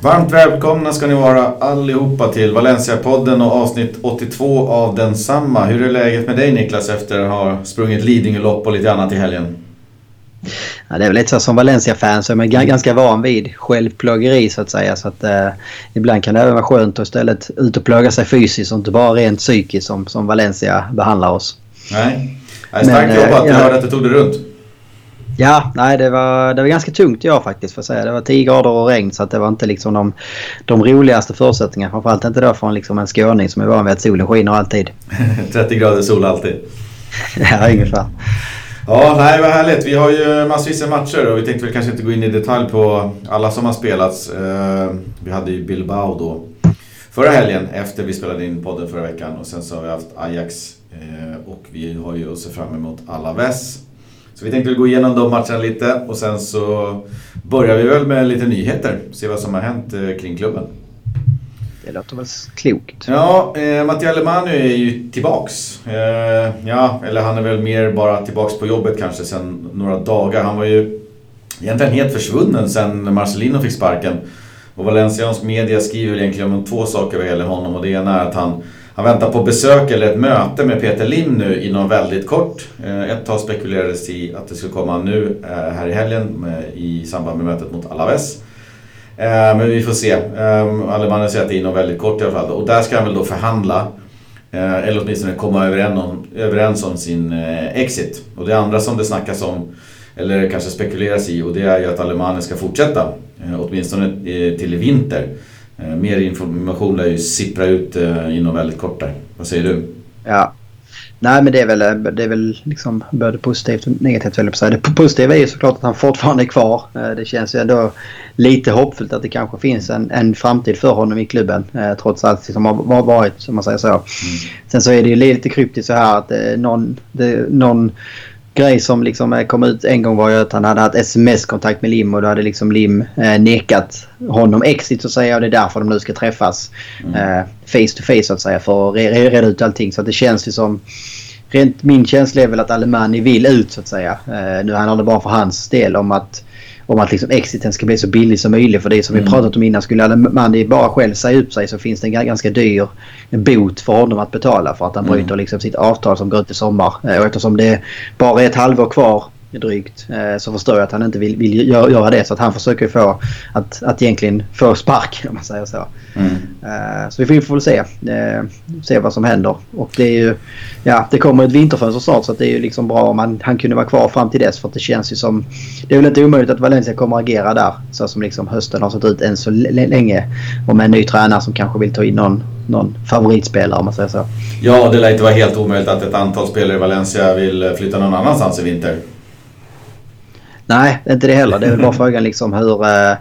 Varmt välkomna ska ni vara allihopa till Valencia-podden och avsnitt 82 av densamma. Hur är läget med dig, Niklas, efter att ha sprungit Lidingö-lopp och lite annat i helgen? Ja, det är väl lite så som Valencia-fan så är man ganska van vid självplågeri så att säga. Så att ibland kan det även vara skönt att istället ut och plåga sig fysiskt och inte bara rent psykiskt som Valencia behandlar oss. Nej, starkt jobbat. Jag hörde att du tog det runt. Ja, nej, det var ganska tungt faktiskt för att säga. Det var 10 grader och regn så att det var inte liksom de roligaste förutsättningarna. Framförallt inte då från liksom en skåning som är van vid att solen skiner alltid. 30 grader sol alltid. Ja, ungefär. Ja, nej, vad härligt. Vi har ju massvis av matcher och vi tänkte väl kanske inte gå in i detalj på alla som har spelats. Vi hade ju Bilbao då förra helgen efter vi spelade in podden förra veckan. Och sen så har vi haft Ajax och vi har ju att se fram emot Alaves. Så vi tänkte gå igenom de matcherna lite och sen så börjar vi väl med lite nyheter. Se vad som har hänt kring klubben. Det låter väl klokt. Ja, Mattia Alemany är ju tillbaks. Eller han är väl mer bara tillbaks på jobbet kanske sen några dagar. Han var ju egentligen helt försvunnen sen Marcelino fick sparken. Och Valencians media skriver egentligen om 2 saker vad gäller honom. Och det ena är att han väntar på besök eller ett möte med Peter Lim nu inom väldigt kort. Ett tag spekulerades i att det skulle komma nu här i helgen i samband med mötet mot Alaves. Men vi får se. Alemany säger att det är inom väldigt kort i alla fall. Och där ska han väl då förhandla. Eller åtminstone komma överens om sin exit. Och det andra som det snackas om, eller kanske spekuleras i, och det är ju att Alemany ska fortsätta. Åtminstone till i vinter. Mer information lär ju sippra ut inom väldigt kort där. Vad säger du? Ja. Nej, men det är väl liksom både positivt och negativt. Det positiva är ju såklart att han fortfarande är kvar. Det känns ju ändå lite hoppfullt att det kanske finns en framtid för honom i klubben. Trots allt som har varit, som man säger så. Sen så är det ju lite kryptiskt så här att någon grej som liksom kom ut en gång var ju att han hade haft sms-kontakt med Lim och då hade liksom Lim nekat honom exit så att säga, och det är därför de nu ska träffas face to face så att säga för att reda ut allting. Så att det känns ju som rent min känsla är väl att Alemany vill ut så att säga. Nu handlar det bara för hans del om att liksom exiten ska bli så billig som möjligt, för det som vi pratat om innan, skulle Alemany bara själv säga upp sig så finns det en ganska dyr bot för honom att betala för att han bryter liksom sitt avtal som går ut i sommar. Och eftersom det bara är ett halvår kvar drygt så förstår jag att han inte vill göra det, så att han försöker få att egentligen få spark om man säger så. Så vi får väl se vad som händer, och det är ju det kommer ett vinterfönster snart, så att det är ju liksom bra om han kunde vara kvar fram till dess, för att det känns ju som det är väl inte omöjligt att Valencia kommer att agera där så som liksom hösten har sett ut än så länge, och med en ny tränare som kanske vill ta in någon favoritspelare om man säger så. Ja, det lär inte vara helt omöjligt att ett antal spelare i Valencia vill flytta någon annanstans i vinter. Nej, inte det heller. Det är väl bara frågan liksom hur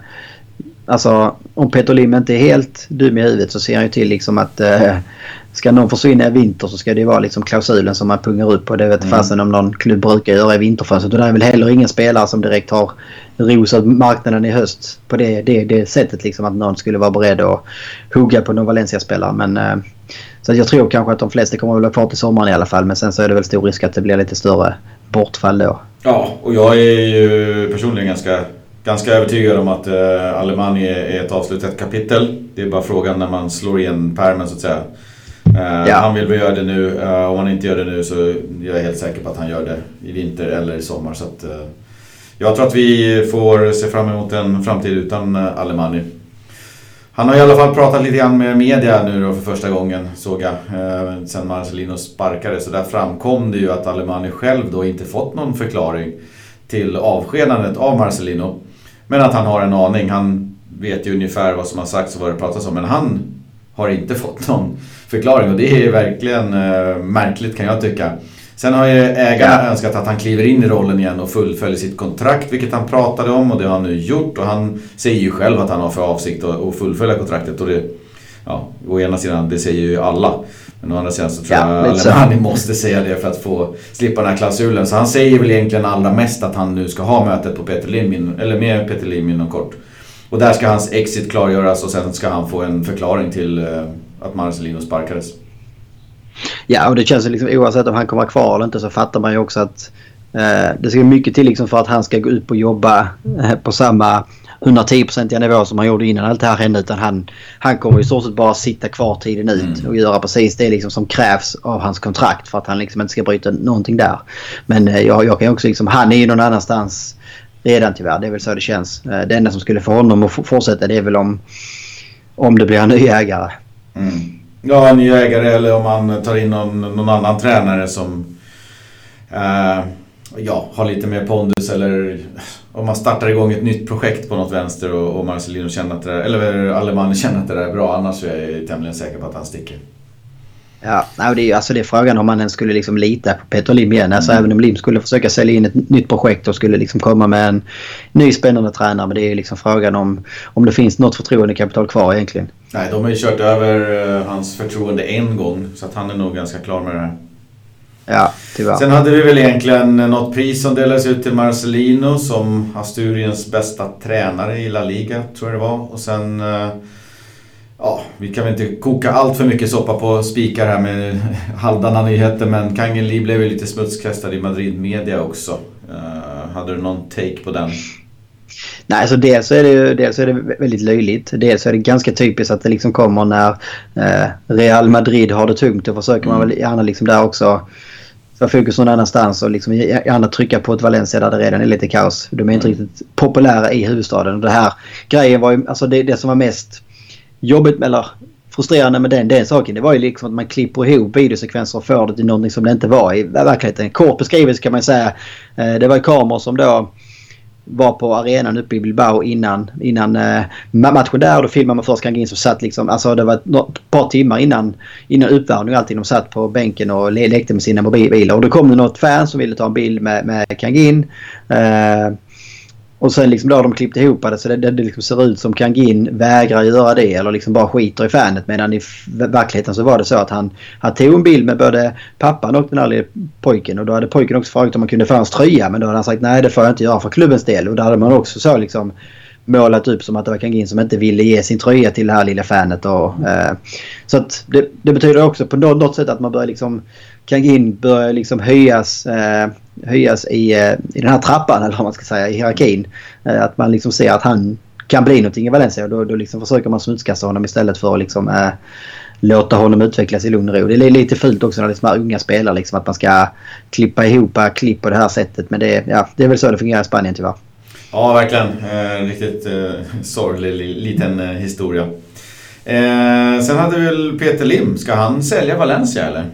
alltså om Peter Lim inte är helt dum i huvudet så ser han ju till liksom att ska någon försvinna i vinter så ska det vara liksom klausulen som man pungar upp på. Det vet fasen om någon klubb brukar göra i vinterfönstret, och det är väl heller ingen spelare som direkt har rosat marknaden i höst på det sättet liksom, att någon skulle vara beredd att hugga på någon Valencia-spelare. Men så jag tror kanske att de flesta kommer att vara kvar till sommaren i alla fall, men sen så är det väl stor risk att det blir lite större bortfall då. Ja, och jag är ju personligen ganska övertygad om att Alemany är ett avslutat kapitel. Det är bara frågan när man slår igen pärmen så att säga. Han vill väl göra det nu. Om han inte gör det nu så är jag helt säker på att han gör det i vinter eller i sommar. Så att, jag tror att vi får se fram emot en framtid utan Alemany. Han har i alla fall pratat lite grann med media nu då för första gången, såg jag, sen Marcelino sparkade. Så där framkom det ju att Alemany själv då inte fått någon förklaring till avskedandet av Marcelino. Men att han har en aning, han vet ju ungefär vad som har sagts och vad det pratas om. Men han har inte fått någon förklaring, och det är verkligen märkligt kan jag tycka. Sen har ju ägarna önskat att han kliver in i rollen igen och fullföljer sitt kontrakt, vilket han pratade om, och det har han nu gjort. Och han säger ju själv att han har för avsikt att fullfölja kontraktet, och det, å ena sidan, det säger ju alla. Men å andra sidan så tror jag att han måste säga det för att få slippa den här klausulen. Så han säger väl egentligen allra mest att han nu ska ha mötet på med Peter Lim inom kort. Och där ska hans exit klargöras, och sen ska han få en förklaring till att Marcelino sparkades. Ja, och det känns liksom oavsett om han kommer kvar eller inte, så fattar man ju också att Det ska mycket till liksom för att han ska gå upp och jobba på samma 110% nivå som han gjorde innan allt det här hände, utan han kommer i stort sett bara sitta kvar tiden ut och göra precis det liksom som krävs av hans kontrakt för att han liksom inte ska bryta någonting där. Men jag kan också liksom, han är ju någon annanstans redan tyvärr, det är väl så det känns. Det enda som skulle få honom att fortsätta, det är väl om det blir en ny ägare. Ja, en ny ägare, eller om man tar in någon annan tränare som har lite mer pondus, eller om man startar igång ett nytt projekt på något vänster och Marcelino känner att det är, eller Alemanni känner att det är bra, annars är jag tämligen säker på att han sticker. Ja, det är frågan om man ens skulle liksom lita på Peter Lim igen. Alltså även om Lim skulle försöka sälja in ett nytt projekt och skulle liksom komma med en ny spännande tränare, men det är liksom frågan om det finns något förtroendekapital kvar egentligen. Nej, de har ju kört över hans förtroende en gång, så att han är nog ganska klar med det här. Ja, tyvärr. Sen hade vi väl egentligen något pris som delades ut till Marcelino som Asturiens bästa tränare i La Liga, tror jag det var. Och sen, vi kan väl inte koka allt för mycket soppa på spikar här med halvdana nyheter, men Kangin Lee blev ju lite smutskastad i Madrid media också. Hade du någon take på den? Nej, alltså dels är det väldigt löjligt. Dels är det ganska typiskt att det liksom kommer när Real Madrid har det tungt, och försöker man väl gärna liksom där också för fokus någon annanstans och liksom gärna trycka på ett Valencia där det redan är lite kaos. De är inte riktigt populära i huvudstaden. Och det här grejen var ju, alltså det som var mest jobbigt eller frustrerande med den saken, det var ju liksom att man klipper ihop videosekvenser och får det till någonting som det inte var i verkligheten. Kort beskrivet kan man säga, det var kameror som då var på arenan uppe i Bilbao innan matchen där, och då filmade man först Kangin som satt liksom, alltså det var ett par timmar innan uppvärmning, alltid de satt på bänken och lekte med sina mobiler, och då kom det något fan som ville ta en bild med Kangin, och sen liksom då har de klippt ihop det så det liksom ser ut som Kangin vägrar göra det eller liksom bara skiter i fanet, medan i verkligheten så var det så att han tog en bild med både pappan och den här lilla pojken, och då hade pojken också frågat om man kunde få hans tröja, men då hade han sagt nej, det får jag inte göra för klubbens del, och då hade man också så liksom målat upp som att det var Kangin som inte ville ge sin tröja till det här lilla fanet, och så att det betyder också på något sätt att man börjar liksom Kangin börjar liksom höjas i den här trappan, eller vad man ska säga, i hierarkin. Att man liksom ser att han kan bli någonting i Valencia, och då liksom försöker man smutskasta honom istället för att liksom låta honom utvecklas i lugn och ro. Det är lite fult också när det är små unga spelare liksom, att man ska klippa ihop klipp på det här sättet, men det är väl så det fungerar i Spanien tyvärr. Ja, verkligen. Riktigt sorglig liten historia. Sen hade vi väl Peter Lim. Ska han sälja Valencia eller?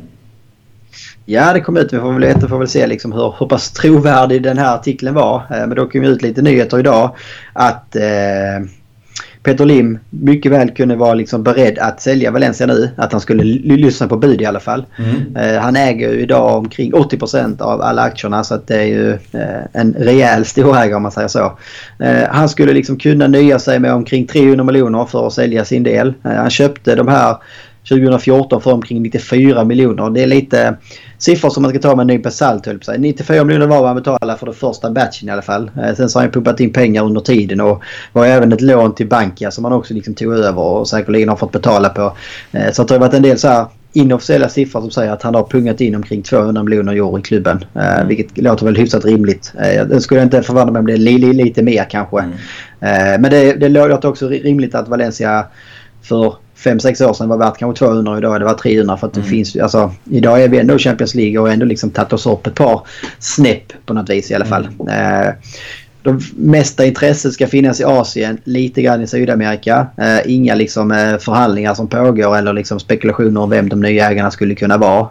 Ja, det kom ut. Vi får väl se liksom hur pass trovärdig den här artikeln var. Men då kom ut lite nyheter idag att Peter Lim mycket väl kunde vara liksom beredd att sälja Valencia nu. Att han skulle lyssna på bud i alla fall. Han äger ju idag omkring 80% av alla aktierna, så att det är ju en rejäl storägare om man säger så. Han skulle liksom kunna nöja sig med omkring 300 miljoner för att sälja sin del. Han köpte de här 2014 för omkring 94 miljoner. Det är lite siffror som man ska ta med en nypa salt, höll på sig. 94 miljoner var vad han betalade för det första batchen i alla fall. Sen så har han pumpat in pengar under tiden, och var även ett lån till Bankia som han också liksom tog över och säkerligen har fått betala på. Så det har varit en del så här inofficiella siffror som säger att han har pungat in omkring 200 miljoner euro i klubben. Vilket låter väl hyfsat rimligt. Det skulle inte förvåna mig om det är lite mer kanske. Men det låter också rimligt att Valencia för 5-6 år sedan var värt kanske 200, och idag är det var 300, för att det finns, alltså idag är vi ändå Champions League och ändå liksom tagit oss upp ett par snäpp på något vis i alla fall. De mesta intresset ska finnas i Asien, lite grann i Sydamerika. Inga liksom förhandlingar som pågår eller liksom spekulationer om vem de nya ägarna skulle kunna vara.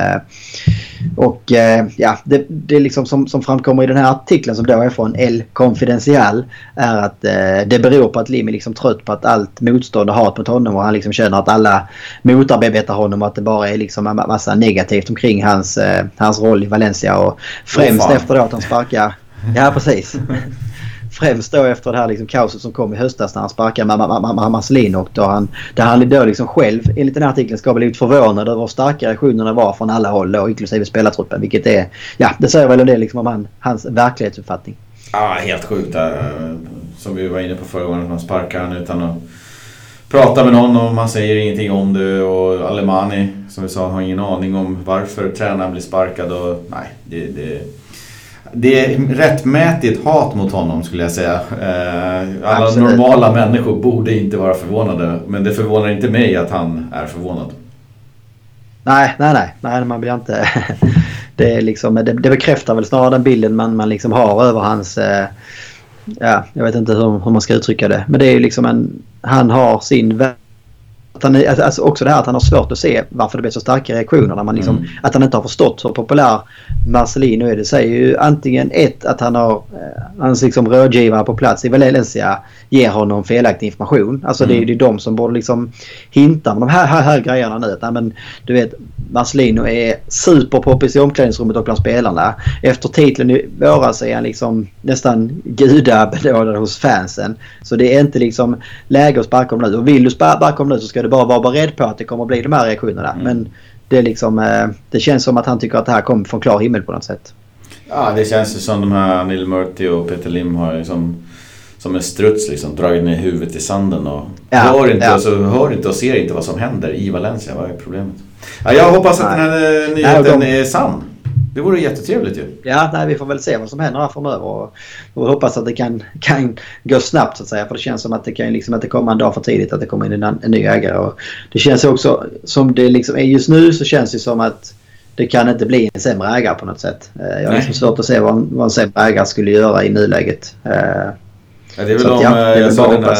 Det är liksom som framkommer i den här artikeln som då är från El Confidencial, är att det beror på att Lim är liksom trött på att allt motstånd och hat mot honom, och han liksom känner att alla motarbetar honom och att det bara är liksom en massa negativt omkring hans roll i Valencia, och främst efter då att han sparkar. Ja, precis. Främst då efter det här liksom kaoset som kom i höstas när han sparkade Marcelino, och där han då liksom själv enligt den här artikeln ska bli lite förvånad över hur starka reaktionerna var från alla håll då, inklusive spelartruppen, vilket är, det säger väl en del liksom om hans verklighetsuppfattning. Ja, helt sjukt. Som vi var inne på förra gången, att man sparkar han utan att prata med någon, och man säger ingenting om det, och Alemanni, som vi sa, har ingen aning om varför tränaren blir sparkad, och nej, det är rättmätigt hat mot honom skulle jag säga. Alla Absolut. normala människor borde inte vara förvånade. Men det förvånar inte mig att han är förvånad. Nej, man blir inte... Det är liksom, det bekräftar väl snarare den bilden man liksom har över hans... Ja, jag vet inte hur man ska uttrycka det. Men det är ju liksom han har sin... Alltså också det här att han har svårt att se varför det blir så starka reaktioner när man liksom, att han inte har förstått hur populär Marcelino är. Det säger ju antingen att han har hans liksom rådgivare på plats i Valencia ger honom felaktig information. Alltså det är ju de som borde liksom hinta om de här grejerna nu. Att, men du vet, Marcelino är superpoppis i omklädningsrummet och bland spelarna. Efter titeln i våras är han liksom nästan gudabenådad hos fansen. Så det är inte liksom läge att sparka om nu. Och vill du sparka om nu så ska du bara vara beredd på att det kommer att bli de här reaktionerna. Men det är liksom, det känns som att han tycker att det här kommer från klar himmel på något sätt. Ja, det känns ju som de här Neil Murty och Peter Lim har liksom, som en struts liksom, dragit ner huvudet i sanden och hör inte och ser inte vad som händer i Valencia. Vad är problemet? Ja, jag hoppas att den här nyheten är sann. Det vore jättetrevligt ju. Ja, vi får väl se vad som händer här framöver och hoppas att det kan gå snabbt så att säga. För det känns som att det kan liksom inte komma en dag för tidigt att det kommer in en ny ägare. Och det känns också som det liksom är just nu, så känns det som att det kan inte bli en sämre ägare på något sätt. Jag har liksom svårt att se vad en sämre ägare skulle göra i nuläget. Ja, det är väl jag såg den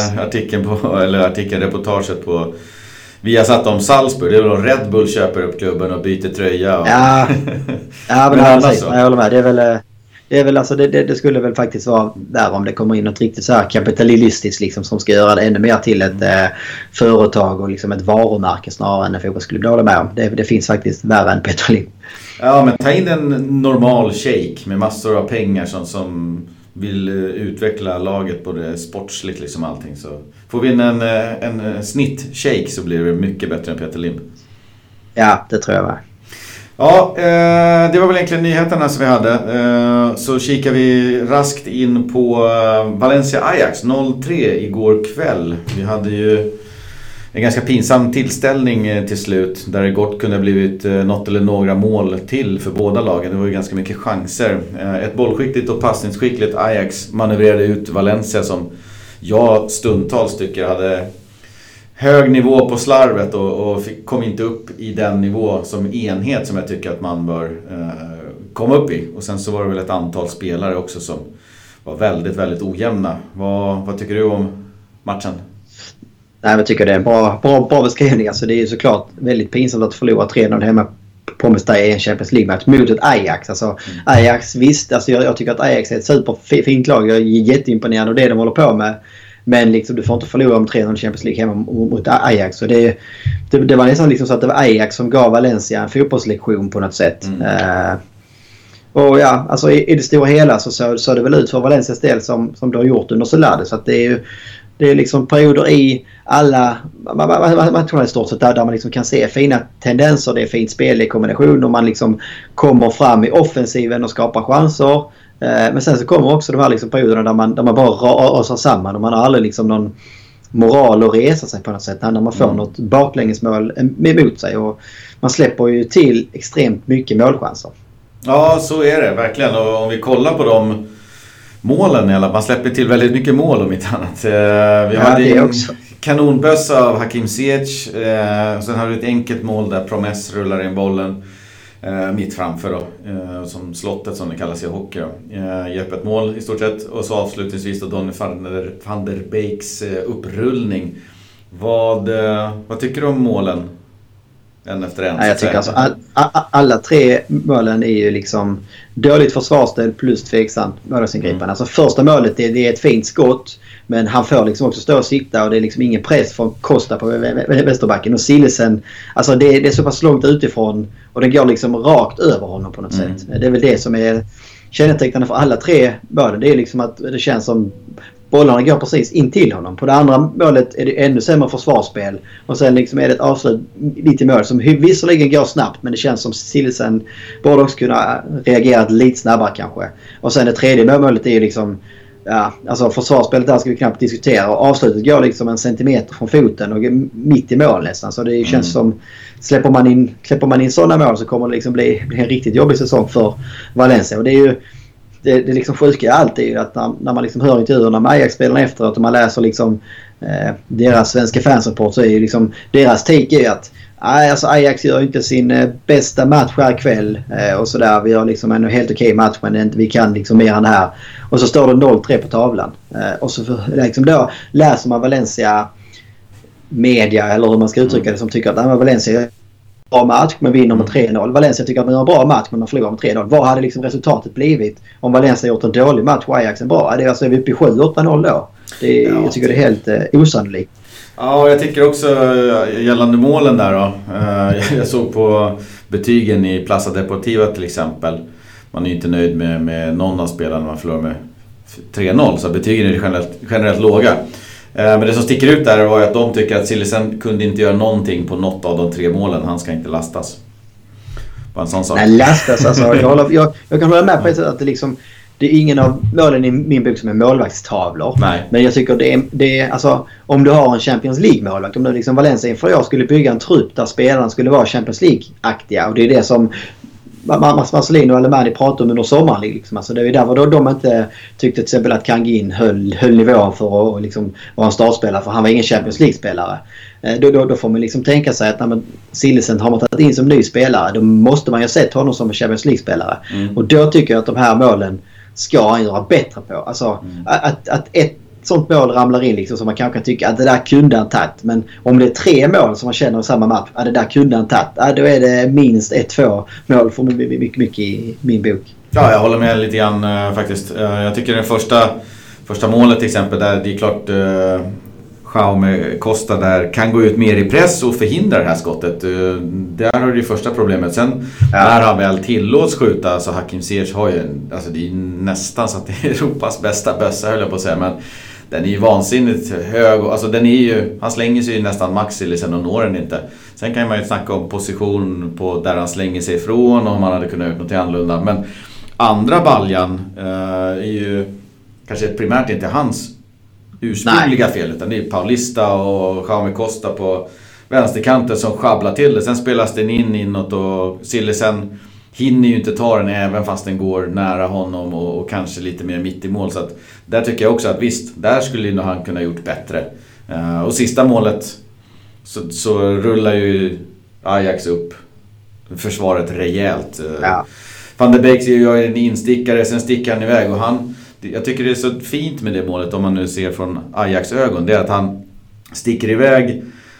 här reportaget på Viasat om Salzburg. Det är väl om Red Bull köper upp klubben och byter tröja. Och... Ja, men jag håller med. Det är väl alltså det skulle väl faktiskt vara där om det kommer in något riktigt så här kapitalistiskt liksom, som ska göra det ännu mer till ett företag och liksom ett varumärke snarare än en fotbollsklubb. Det håller jag med om. Det finns faktiskt värre än Peter Lim. Ja, men ta in en normal shake med massor av pengar som vill utveckla laget både sportsligt liksom allting, så får vi en snitt-shake så blir det mycket bättre än Peter Lim. Ja, det tror jag var. Ja, det var väl egentligen nyheterna som vi hade. Så kikar vi raskt in på Valencia-Ajax 0-3 igår kväll. Vi hade ju en ganska pinsam tillställning till slut där det gott kunde ha blivit något eller några mål till för båda lagen. Det var ju ganska mycket chanser. Ett bollskickligt och passningsskickligt Ajax manövrerade ut Valencia som jag stundtals tycker hade hög nivå på slarvet och kom inte upp i den nivå som enhet som jag tycker att man bör komma upp i. Och sen så var det väl ett antal spelare också som var väldigt, väldigt ojämna. Vad tycker du om matchen? Nej, jag tycker det är en bra beskrivning. Alltså, det är ju såklart väldigt pinsamt att förlora 3-0 hemma på Mestalla i en Champions League-match mot ett Ajax. Alltså, Ajax, visst, alltså, jag tycker att Ajax är ett superfint lag. Jag är jätteimponerad av det de håller på med. Men liksom, du får inte förlora om 3-0 Champions League hemma mot Ajax. Så det var nästan liksom så att det var Ajax som gav Valencia en fotbollslektion på något sätt. Och ja, alltså i det stora hela så såg det väl ut för Valencias del som det har gjort under Solade. Så att det är liksom perioder i alla matcherna i stort sett där man liksom kan se fina tendenser. Det är fint spel i kombination och man liksom kommer fram i offensiven och skapar chanser. Men sen så kommer också de här liksom perioderna där man bara rasar samman och man har aldrig liksom någon moral att resa sig på något sätt. När man får något baklängesmål emot sig och man släpper ju till extremt mycket målchanser. Ja, så är det verkligen. Och om vi kollar på de målen, man släpper till väldigt mycket mål om inte annat. Vi hade en kanonbössa av Hakim Ziyech. Sen har vi ett enkelt mål där Promes rullar in bollen mitt framför då, som slottet som det kallas i hockey i öppet mål i stort sett. Och så avslutningsvis då Donny van der Beeks upprullning. Vad tycker du om målen? En efter en. Ja, jag tycker alltså alla tre målen är ju liksom dåligt försvarsspel plus tveksamt målsingripande. Alltså första målet det är ett fint skott, men han får liksom också stå och sikta och det är liksom ingen press från Costa på vänsterbacken och Sillesen, alltså det är så pass långt utifrån och den går liksom rakt över honom på något sätt. Det är väl det som är kännetecknande för alla tre målen. Det är liksom att det känns som bollarna går precis in till honom. På det andra målet är det ännu sämre försvarsspel. Och sen liksom är det ett avslut lite i mål som visserligen går snabbt, men det känns som Sillesen borde också kunna reagera lite snabbare kanske. Och sen det tredje målet är ju liksom, ja, alltså försvarsspelet där ska vi knappt diskutera. Och avslutet går liksom en centimeter från foten och mitt i mål nästan. Så det känns som, släpper man in sådana mål så kommer det liksom bli en riktigt jobbig säsong för Valencia. Och det är ju det liksom sjuka allt är ju att när man liksom hör intervjuerna med Ajax-spelarna efteråt och man läser liksom deras svenska fansrapport, så är ju liksom deras take är att alltså Ajax gör inte sin bästa match här kväll och sådär. Vi har liksom en helt okej match, men vi kan liksom mer än det här. Och så står det 0-3 på tavlan. Och så liksom då läser man Valencia media, eller hur man ska uttrycka det, som tycker att Valencia är bra match men vinner med 3-0. Valencia tycker att man har en bra match men man förlorar med 3-0. Vad hade liksom resultatet blivit om Valencia gjort en dålig match och Ajax en bra? Alltså är vi uppe i 7-8-0 då? Jag tycker det är helt osannolikt. Ja, jag tycker också gällande målen där då. Jag såg på betygen i Plaza Deportiva till exempel. Man är ju inte nöjd med någon av spelarna, man förlorar med 3-0, så betygen är generellt låga. Men det som sticker ut där var att de tycker att Cillessen kunde inte göra någonting på något av de 3 målen. Han ska inte lastas. Bara en sån sak. Nej, lastas alltså. Jag kan hålla med på att det liksom, det är ingen av målen i min bok som är målvaktstavlor. Nej. Men jag tycker det är alltså, om du har en Champions League-målvakt, om du liksom Valencia inför jag skulle bygga en trupp där spelarna skulle vara Champions League-aktiga, och det är det som Marcelino och Alemani pratade om under sommaren. Liksom. Alltså det är där de inte tyckte till exempel att Kangin höll nivån för att liksom vara en startspelare, för han var ingen Champions League-spelare. Då får man liksom tänka sig att när Cillessen har man tagit in som ny spelare, då måste man ju ha sett honom som en Champions League-spelare. Och då tycker jag att de här målen ska han göra bättre på. Alltså att ett sånt mål ramlar in liksom, som man kanske tycker att det där kunde han tagit. Men om det är 3 mål som man känner i samma match, det där kunde han tagit. Då är det minst 1-2 mål för mycket i min bok. Ja, jag håller med lite grann faktiskt. Jag tycker det första målet till exempel, där det är klart Jaume Costa där kan gå ut mer i press och förhindra det här skottet. Där har det första problemet. Sen när han väl tillåts skjuta, så Hakim Ziyech har ju alltså det är nästan så att det är Europas bästa bössa, höll jag på att säga, men den är ju vansinnigt hög. Alltså den är ju, han slänger sig ju nästan max eller sen och når den inte. Sen kan man ju snacka om position på där han slänger sig ifrån, om man hade kunnat gjort något annorlunda. Men andra baljan är ju kanske primärt inte hans ursprungliga fel, utan det är Paulista och Jaume Costa på vänsterkanten som schabblar till det. Sen spelas den inåt och Cillessen hinner ju inte ta den även fast den går nära honom och kanske lite mer mitt i mål. Så att där tycker jag också att visst, där skulle nog han kunna gjort bättre. Och sista målet så rullar ju Ajax upp försvaret rejält. Van de Beek gör en instickare, sen sticker han iväg, och jag tycker det är så fint med det målet, om man nu ser från Ajax ögon, det är att han sticker iväg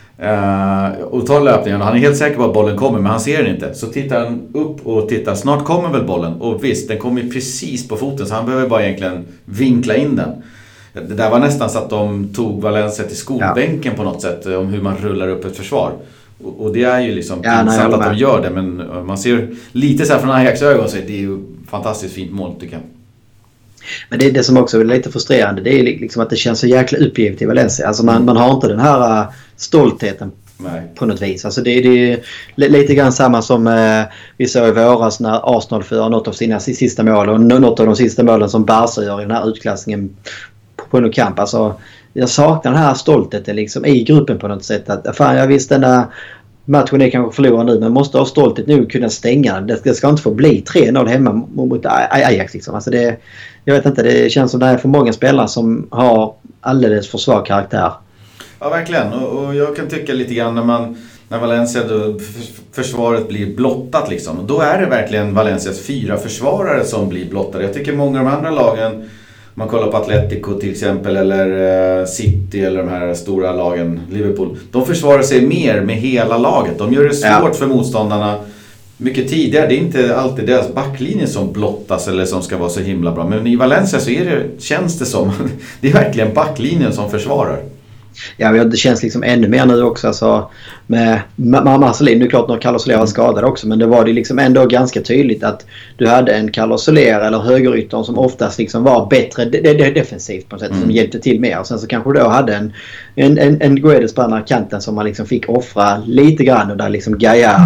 och tar löpningen. Han är helt säker på att bollen kommer, men han ser den inte. Så tittar han upp och tittar, snart kommer väl bollen. Och visst, den kommer precis på foten, så han behöver bara egentligen vinkla in den. Det där var nästan så att de tog Valencia till skolbänken på något sätt, om hur man rullar upp ett försvar. Och det är ju liksom pinsamt att de gör det, men man ser lite så här från Ajax ögon, så det är ju fantastiskt fint mål tycker jag. Men det som också är lite frustrerande, det är liksom att det känns så jäkla uppgivet i Valencia. Alltså man har inte den här stoltheten på något vis. Alltså det är lite grann samma som vi såg i våras när Arsenal för något av sina sista mål, och något av de sista målen som Barca gör i den här utklassningen på Nou Camp. Alltså jag saknar den här stoltheten liksom i gruppen på något sätt. Att fan, jag visste den där matchen är kanske förlorad nu, men måste ha stolthet nu kunna stänga. Det ska inte få bli 3-0 hemma mot Ajax liksom. Alltså jag vet inte, det känns som det är för många spelare som har alldeles för svag karaktär. Ja, verkligen. Och jag kan tycka lite grann när Valencia då, försvaret blir blottat liksom. Då är det verkligen Valencias 4 försvarare som blir blottade. Jag tycker många av de andra lagen, om man kollar på Atletico till exempel, eller City eller de här stora lagen, Liverpool, de försvarar sig mer med hela laget. De gör det svårt för motståndarna mycket tidigare. Det är inte alltid deras backlinje som blottas eller som ska vara så himla bra. Men i Valencia så känns det som det är verkligen backlinjen som försvarar. Ja, det känns liksom ännu mer nu också alltså, med Marcelino. Det är klart att Carlos Soler var skadad också, men det var det liksom ändå ganska tydligt att du hade en Carlos Soler eller högeryttern som oftast liksom var bättre defensivt på något sätt, som hjälpte till mer. Och sen så kanske du då hade en Guedes på andra kanten som man liksom fick offra lite grann, och där liksom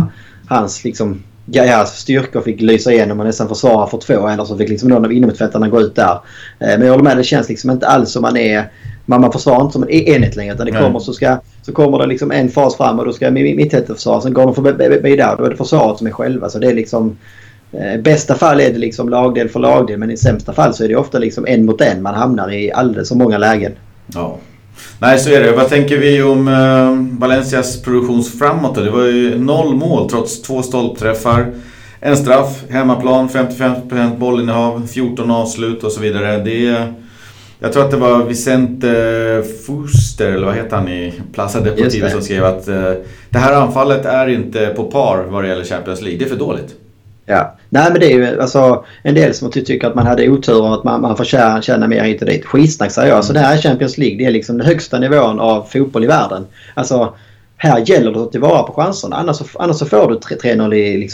Gaias styrkor fick lysa igenom och nästan försvara för 2, eller så fick liksom någon av innermittfältarna gå ut där. Men jag håller med, det känns liksom inte alls som man försvarar inte som en enhet längre, utan det kommer så kommer det liksom en fas fram, och då ska mittfältet försvara, sen går de förbi där, då är det försvaret som är själva. Så det är liksom bästa fall är det liksom lagdel för lagdel, men i sämsta fall så är det ofta liksom en mot en man hamnar i alldeles så många lägen. Ja. Nej, så är det. Vad tänker vi om Valencias produktion framåt då? Det var ju 0 mål trots 2 stolpträffar. En straff, hemmaplan, 55% bollinnehav, 14 avslut och så vidare. Jag tror att det var Vicente Fuster, eller vad heter han i Plaza Deportiva, som skrev att det här anfallet är inte på par vad det gäller Champions League. Det är för dåligt. Ja, nej men det är ju alltså en del som tycker att man hade otur och att man får tjäna mer hit och dit. Skitsnack säger jag. Så det här är Champions League. Det är liksom den högsta nivån av fotboll i världen. Alltså här gäller det att tillvara på chanserna. Annars så får du 3-0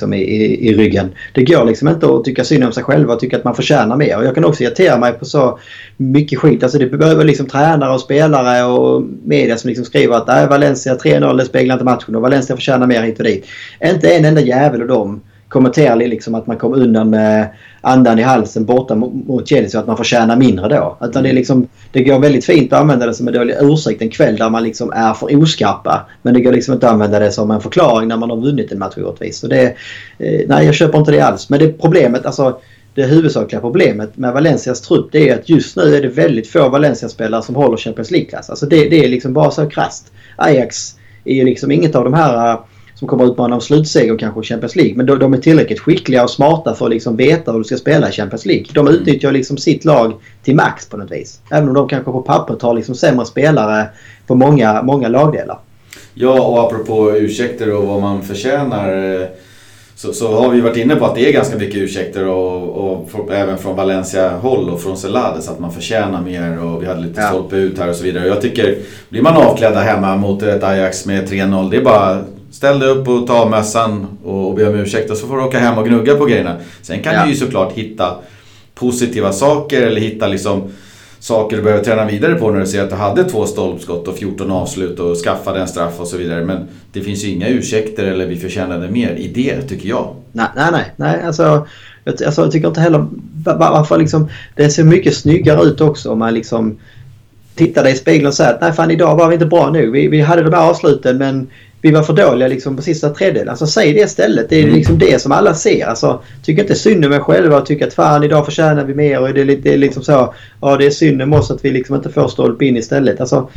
i ryggen. Det går liksom inte att tycka synd om sig själv och tycka att man förtjänar mer. Och jag kan också irritera mig på så mycket skit. Alltså det behöver liksom tränare och spelare och media som liksom skriver att Valencia 3-0, det speglar inte matchen och Valencia förtjänar mer hit och dit. Inte en enda jävel och dem kommenterar liksom att man kom undan med andan i halsen borta mot Chelsea och att man får tjäna mindre då. Utan det är liksom, det går väldigt fint att använda det som en dålig ursäkt en kväll där man liksom är för oskarpa. Men det går liksom inte att använda det som en förklaring när man har vunnit en match orättvist. Så det, nej, jag köper inte det alls. Men det problemet, alltså det huvudsakliga problemet med Valencias trupp, det är att just nu är det väldigt få Valencia-spelare som håller Champions League-klass. Alltså det är liksom bara så krasst. Ajax är ju liksom inget av de här som kommer utmana om slutseger kanske i Champions League. Men de är tillräckligt skickliga och smarta för att liksom veta hur du ska spela i Champions League. De utnyttjar liksom sitt lag till max på något vis. Även om de kanske på pappret har liksom sämre spelare på många lagdelar. Ja, och apropå ursäkter och vad man förtjänar, så har vi varit inne på att det är ganska mycket ursäkter och även från Valencia-håll och från Celades att man förtjänar mer och vi hade lite stolpe ut här och så vidare. Jag tycker, blir man avklädda hemma mot ett Ajax med 3-0, det är bara ställ dig upp och ta mössan och be om ursäkt och så får du åka hem och gnugga på grejerna. Sen kan du ju såklart hitta positiva saker eller hitta liksom saker du behöver träna vidare på när du ser att du hade 2 stolpskott och 14 avslut och skaffade en straff och så vidare. Men det finns ju inga ursäkter eller vi förtjänade mer i det, tycker jag. Nej. Alltså, jag tycker inte heller varför liksom, det ser mycket snyggare ut också om man liksom tittar dig i spegeln och säger att nej fan, idag var vi inte bra nu. Vi hade de här avsluten men vi var för dåliga liksom på sista tredjedelen. Alltså säg det istället. Det är liksom det som alla ser. Alltså tycker inte synd om mig själva och tycker att fan idag förtjänar vi mer och det är liksom så, ja det är synd om oss att vi liksom inte får stolpe in istället. Alltså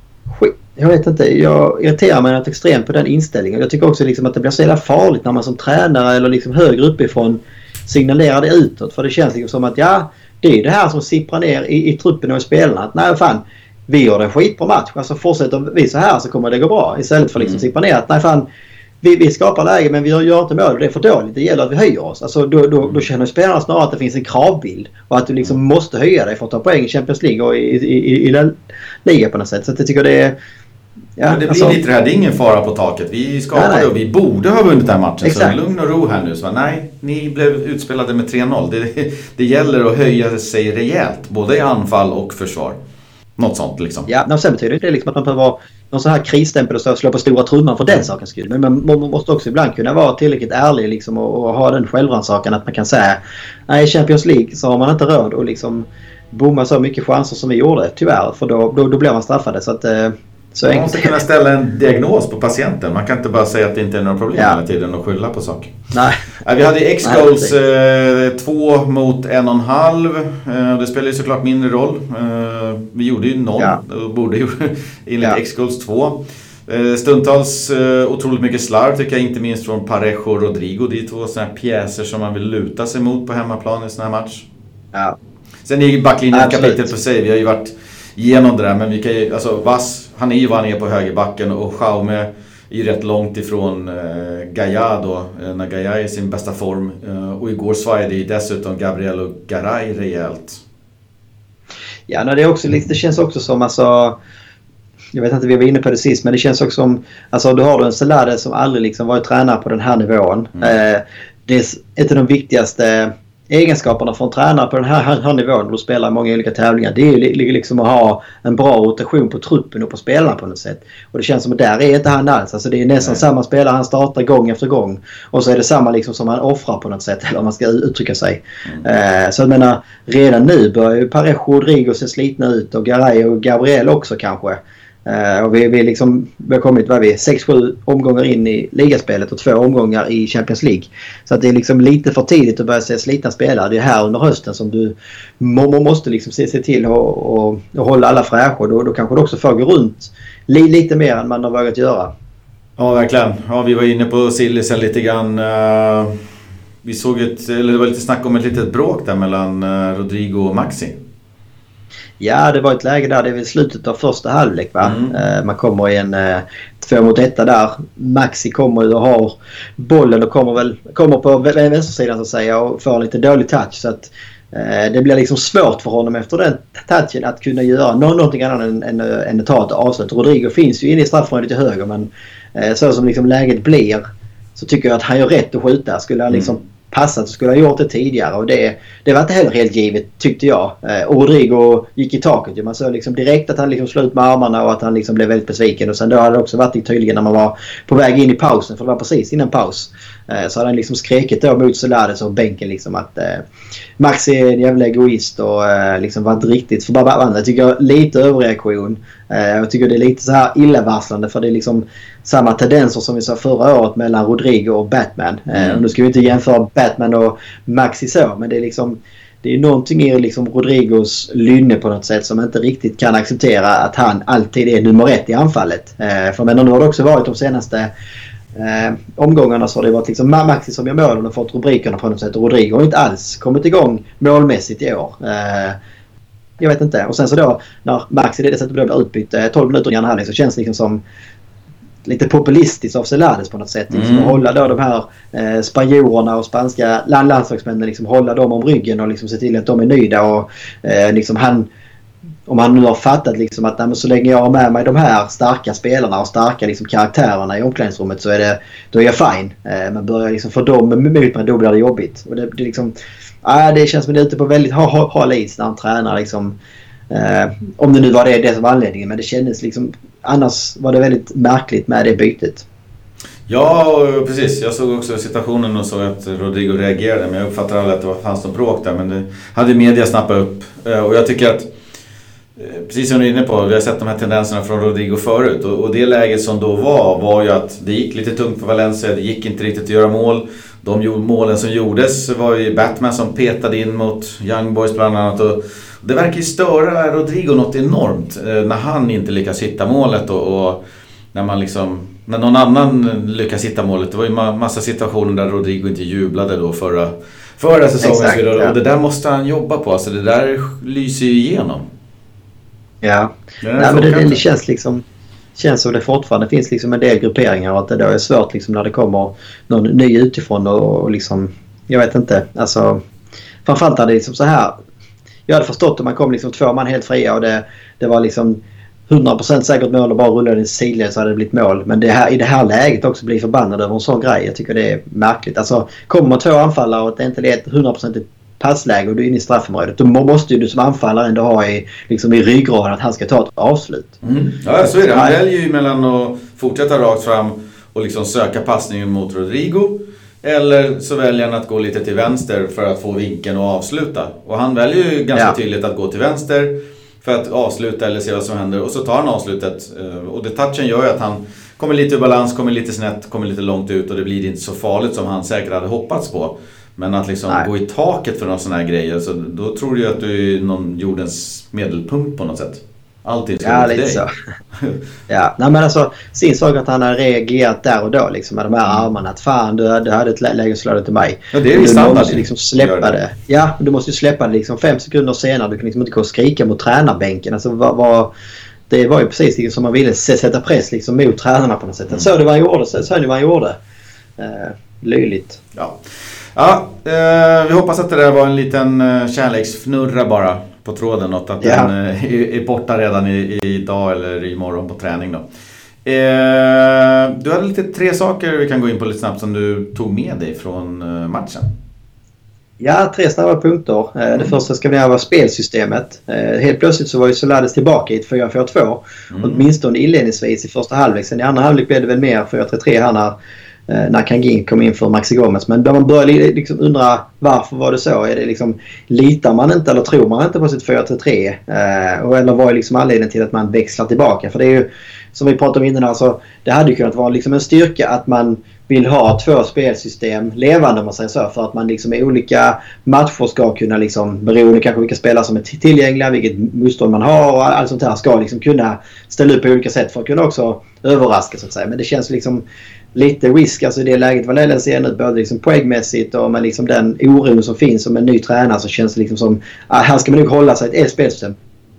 jag vet inte, jag irriterar mig något extremt på den inställningen. Jag tycker också liksom att det blir så jävla farligt när man som tränare eller liksom högre uppifrån signalerar det utåt. För det känns liksom som att det är det här som sipprar ner i truppen och i spelarna. Att nej fan, vi gör en skitbra match. Alltså fortsätter vi så här så kommer det gå bra. Istället för liksom sippra ner att nej fan, vi skapar läge men vi gör inte mål. Det är för dåligt. Det gäller att vi höjer oss. Alltså då känner spelarna snarare att det finns en kravbild. Och att du liksom måste höja dig för att ta poäng i Champions League och i den liga på något sätt. Så att jag tycker det är... Ja, men det blir lite det här, det är ingen fara på taket. Vi skapade och vi borde ha vunnit den här matchen. Exakt. Så lugn och ro här nu. Så nej, ni blev utspelade med 3-0. Det gäller att höja sig rejält. Både i anfall och försvar. Något sånt liksom. Ja, men sen betyder det liksom att man behöver vara någon sån här krisstämpel och slå på stora trumman för den sakens skull. Men man måste också ibland kunna vara tillräckligt ärlig liksom och ha den självrannsakan att man kan säga nej, i Champions League så har man inte råd att liksom bomma så mycket chanser som vi gjorde, tyvärr. För då blir man straffade. Så att så man måste kunna ställa en diagnos på patienten. Man kan inte bara säga att det inte är några problem hela tiden och skylla på saker. Nej. Vi hade X-goals 2 mot 1,5. Det spelar ju såklart mindre roll. Vi gjorde ju 0 och borde ju enligt X-goals 2. Stundtals otroligt mycket slarv tycker jag, inte minst från Parejo och Rodrigo. Det är 2 sådana här pjäser som man vill luta sig mot på hemmaplan i sån här match. Ja. Sen är ju backlinjen ett kapitel för sig. Vi har ju varit igenom det där, men vi kan ju, alltså Vass, han är ju vad han är på högerbacken och Jaume är ju rätt långt ifrån Gaia då, när Gaia är i sin bästa form. Och igår svajade ju dessutom Gabriel och Garay rejält. Ja, det är också, det känns också som, alltså, jag vet inte, vi var inne på det sist, men det känns också som, alltså du har en Celades som aldrig liksom varit tränare på den här nivån. Det är ett av de viktigaste egenskaperna för en tränare på den här nivån när du spelar många olika tävlingar. Det är liksom att ha en bra rotation på truppen och på spelarna på något sätt. Och det känns som att där är inte han alls. Alltså det är nästan samma spelare han startar gång efter gång. Och så är det samma liksom som han offrar på något sätt, eller om man ska uttrycka sig. Så jag menar, redan nu börjar ju Parejo och Rodrigo se slitna ut och Garay och Gabriel också kanske. Och vi har kommit 6-7 omgångar in i ligaspelet och 2 omgångar i Champions League. Så att det är liksom lite för tidigt att börja se slitna spelare. Det är här under hösten som du måste liksom se till och hålla alla fräscha. Då kanske du också får gå runt lite mer än man har vågat göra. Ja, verkligen. Ja, vi var inne på Sillisen lite grann. Vi såg det var lite snack om ett litet bråk där mellan Rodrigo och Maxi. Ja, det var ett läge där, det är väl slutet av första halvlek va? Man kommer i en 2-1 där. Maxi kommer ju och har bollen och kommer på vänstersidan så att säga och får lite dålig touch. Så att det blir liksom svårt för honom efter den touchen att kunna göra någonting annat än att ta ett avslut. Rodrigo finns ju inne i straffområdet till höger, men så som liksom läget blir så tycker jag att han gör rätt att skjuta. Skulle han liksom passat så skulle ha gjort det tidigare, och det var inte heller helt givet tyckte jag. Och Rodrigo gick i taket. Man såg liksom direkt att han liksom slog ut med armarna och att han liksom blev väldigt besviken. Och sen då hade det också varit tydligen när man var på väg in i pausen, för det var precis innan paus. Så hade han liksom skräkit då mot Solades och bänken liksom att Max är en jävla egoist och liksom var inte riktigt förbannad. Jag tycker lite överreaktion. Jag tycker det är lite så här illavarslande, för det är liksom samma tendenser som vi sa förra året mellan Rodrigo och Batman. Och nu ska vi inte jämföra Batman och Maxi så, men det är liksom det är någonting i liksom Rodrigos lynne på något sätt som inte riktigt kan acceptera att han alltid är nummer 1 i anfallet. För men nu har det också varit de senaste omgångarna så har det varit liksom Maxi som gör målen och fått rubrikerna på något sätt. Och Rodrigo har inte alls kommit igång målmässigt i år. Jag vet inte. Och sen så då när Maxi det sättet blir utbytt 12 minuter i andra halvlek så känns det liksom som lite populistiskt av Celades på något sätt. Liksom, att hålla då de här spanjorerna och spanska landslagsmännen liksom hålla dem om ryggen och liksom se till att de är nöjda. Och liksom om han nu har fattat liksom att så länge jag har med mig de här starka spelarna och starka liksom karaktärerna i omklädningsrummet så då är jag fine. Men börjar liksom för dem mot mig, då blir det jobbigt. Och det liksom det känns som det är ute på väldigt hal is när han tränar liksom. Om det nu var det som var anledningen, men det kändes liksom annars var det väldigt märkligt med det bytet. Ja, precis. Jag såg också situationen och såg att Rodrigo reagerade, men jag uppfattar aldrig att det fanns någon bråk där, men det hade media snappat upp. Och jag tycker att precis som du är inne på, vi har sett de här tendenserna från Rodrigo förut, och det läget som då var ju att det gick lite tungt för Valencia, det gick inte riktigt att göra mål. De målen som gjordes var ju Batman som petade in mot Young Boys bland annat, och det verkar ju störa Rodrigo något enormt när han inte lyckas hitta målet och när man liksom, när någon annan lyckas hitta målet. Det var ju massa situationer där Rodrigo inte jublade då förra säsongen. Exakt, ja. Och det där måste han jobba på, alltså det där lyser ju igenom. Ja, men det känns liksom som det fortfarande finns liksom en del grupperingar och att det då är svårt liksom när det kommer någon ny utifrån och liksom, jag vet inte, alltså framförallt är det liksom så här. Jag hade förstått om man kom liksom 2 man helt fria och det var liksom 100% säkert mål och bara rullade i sidled så hade det blivit mål. Men i det här läget också bli förbannad över en sån grej. Jag tycker det är märkligt. Alltså kommer man 2 anfallare och det inte är ett 100% passläge och du är inne i straffområdet, då måste ju du som anfallare ändå ha i ryggraden att han ska ta ett avslut. Ja, så är det. Han väljer ju mellan att fortsätta rakt fram och liksom söka passningen mot Rodrigo, eller så väljer han att gå lite till vänster för att få vinkeln och avsluta. Och han väljer ju ganska tydligt att gå till vänster för att avsluta eller se vad som händer. Och så tar han avslutet. Och det touchen gör ju att han kommer lite ur balans, kommer lite snett, kommer lite långt ut. Och det blir inte så farligt som han säkert hade hoppats på. Men att liksom gå i taket för någon sån här grejer, så då tror du ju att du är någon jordens medelpunkt på något sätt. Alltid ska lite dig. Så. Ja, nej men alltså sin sak att han har reagerat där och då liksom med de här armarna, att fan du hade ett läge att slå det till mig. Ja, det är ju standard. Du måste liksom släppa det. Ja, du måste ju släppa det liksom 5 sekunder senare. Du kan liksom inte gå och skrika mot tränarbänken. Alltså det var ju precis liksom som man ville sätta press liksom mot tränarna på något sätt. Så det var han gjorde. Löjligt. Ja, vi hoppas att det där var en liten kärleksfnurra bara på tråden, och att den är borta redan idag eller imorgon på träning då. Du hade lite 3 saker vi kan gå in på lite snabbt som du tog med dig från matchen. Ja, 3 snabba punkter. Det första ska vara spelsystemet. Helt plötsligt så var ju Solades tillbaka i ett 4-4-2. Åtminstone inledningsvis i första halvlek. Sen i andra halvlek blev det väl mer 4-3-3 här när Kangin kom in för Maxi Gomez. Men man börjar liksom undra varför var det så? Är det liksom, litar man inte eller tror man inte på sitt 4-3? Eller vad är liksom anledningen till att man växlar tillbaka? För det är ju, som vi pratade om innan, alltså, det hade ju kunnat vara liksom en styrka att man vill ha 2 spelsystem levande, om man säger så, för att man liksom i olika matcher ska kunna liksom, beroende kanske vilka spelare som är tillgängliga, vilket motstånd man har och allt sånt här, ska liksom kunna ställa upp på olika sätt för att kunna också överraska, så att säga. Men det känns liksom lite risk, alltså i det läget vad Lellen ser nu, både liksom poängmässigt och med liksom den oron som finns som en ny tränare, så känns det liksom som här ska man nog hålla sig ett spelsystem.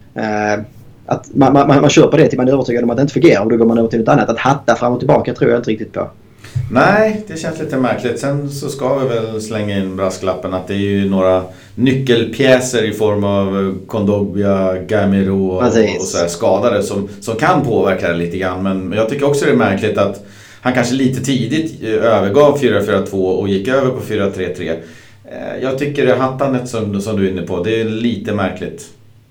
Att man kör på det till man är övertygad om att det inte fungerar, och då går man över till något annat. Att hatta fram och tillbaka tror jag inte riktigt på. Nej, det känns lite märkligt. Sen så ska vi väl slänga in brasklappen att det är ju några nyckelpjäser i form av Kondogbia, Gamero och så här skadade som kan påverka det lite grann. Men jag tycker också det är märkligt att han kanske lite tidigt övergav 4-4-2 och gick över på 4-3-3. Jag tycker det hattandet som du är inne på, det är lite märkligt.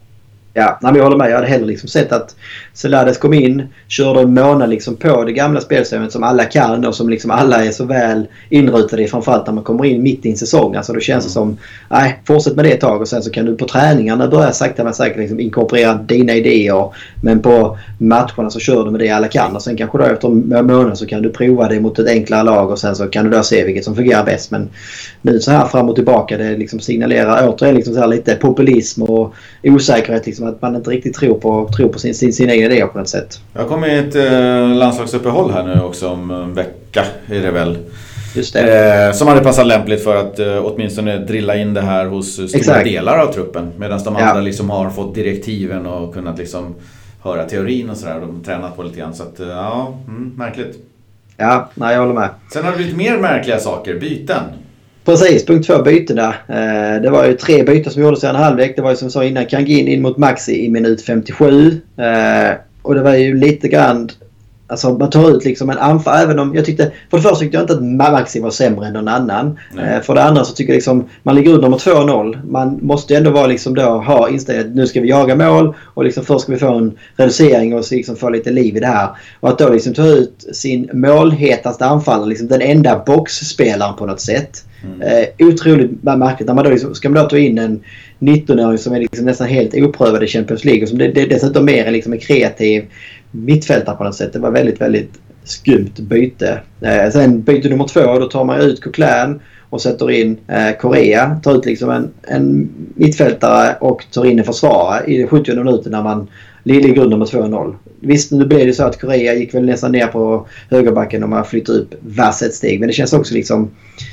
Ja, jag håller med. Jag hade hellre liksom sett att Celades kom in, körde en månad liksom på det gamla spelsystemet som alla kan och som liksom alla är så väl inrutade i, framförallt när man kommer in mitt i en säsong. Alltså då känns det som, nej, fortsätt med det ett tag och sen så kan du på träningarna börja sakta men säkert liksom inkorporera dina idéer, men på matcherna så kör du med det alla kan, och sen kanske då efter en månad så kan du prova det mot ett enklare lag och sen så kan du då se vilket som fungerar bäst. Men nu så här fram och tillbaka, det liksom signalerar återigen liksom så här lite populism och osäkerhet, liksom att man inte riktigt tror på sina egna idéer på något sätt. Jag kommer i ett landslagsuppehåll här nu också om en vecka är det väl. Just det. Som hade passat lämpligt för att åtminstone drilla in det här hos stora delar av truppen. Medan de andra liksom har fått direktiven och kunnat liksom höra teorin och sådär. De tränat på lite grann. Så att, märkligt. Ja, nej, jag håller med. Sen har det blivit mer märkliga saker. Byten. Precis, punkt 2, bytena. Det var ju 3 byten som gjordes i en halvlek. Det var ju som sa innan Kangin in mot Maxi i minut 57. Och det var ju lite grann, alltså man tar ut liksom en anfall, även om jag tyckte, för det första tyckte jag inte att Maxi var sämre än någon annan. För det andra så tycker jag liksom, man ligger ut nummer 2-0. Man måste ändå vara liksom då, ha inställt att nu ska vi jaga mål och liksom först ska vi få en reducering och liksom få lite liv i det här. Och att då liksom ta ut sin målhetaste anfallare, liksom den enda boxspelaren på något sätt. Otroligt märkligt när man då liksom, ska man då ta in en 19-åring som är liksom nästan helt oprövad i Champions League och som det dessutom mer liksom en kreativ mittfältare på något sätt. Det var väldigt, väldigt skumt byte. Sen byte nummer 2, då tar man ut Coquelin och sätter in Correa, tar ut liksom en mittfältare och tar in en försvarare i 70 minuter när man ligger i grund nummer 2-0. Visst, nu blev det så att Correa gick väl nästan ner på högerbacken och man flyttar upp vass ett steg, men det känns också liksom,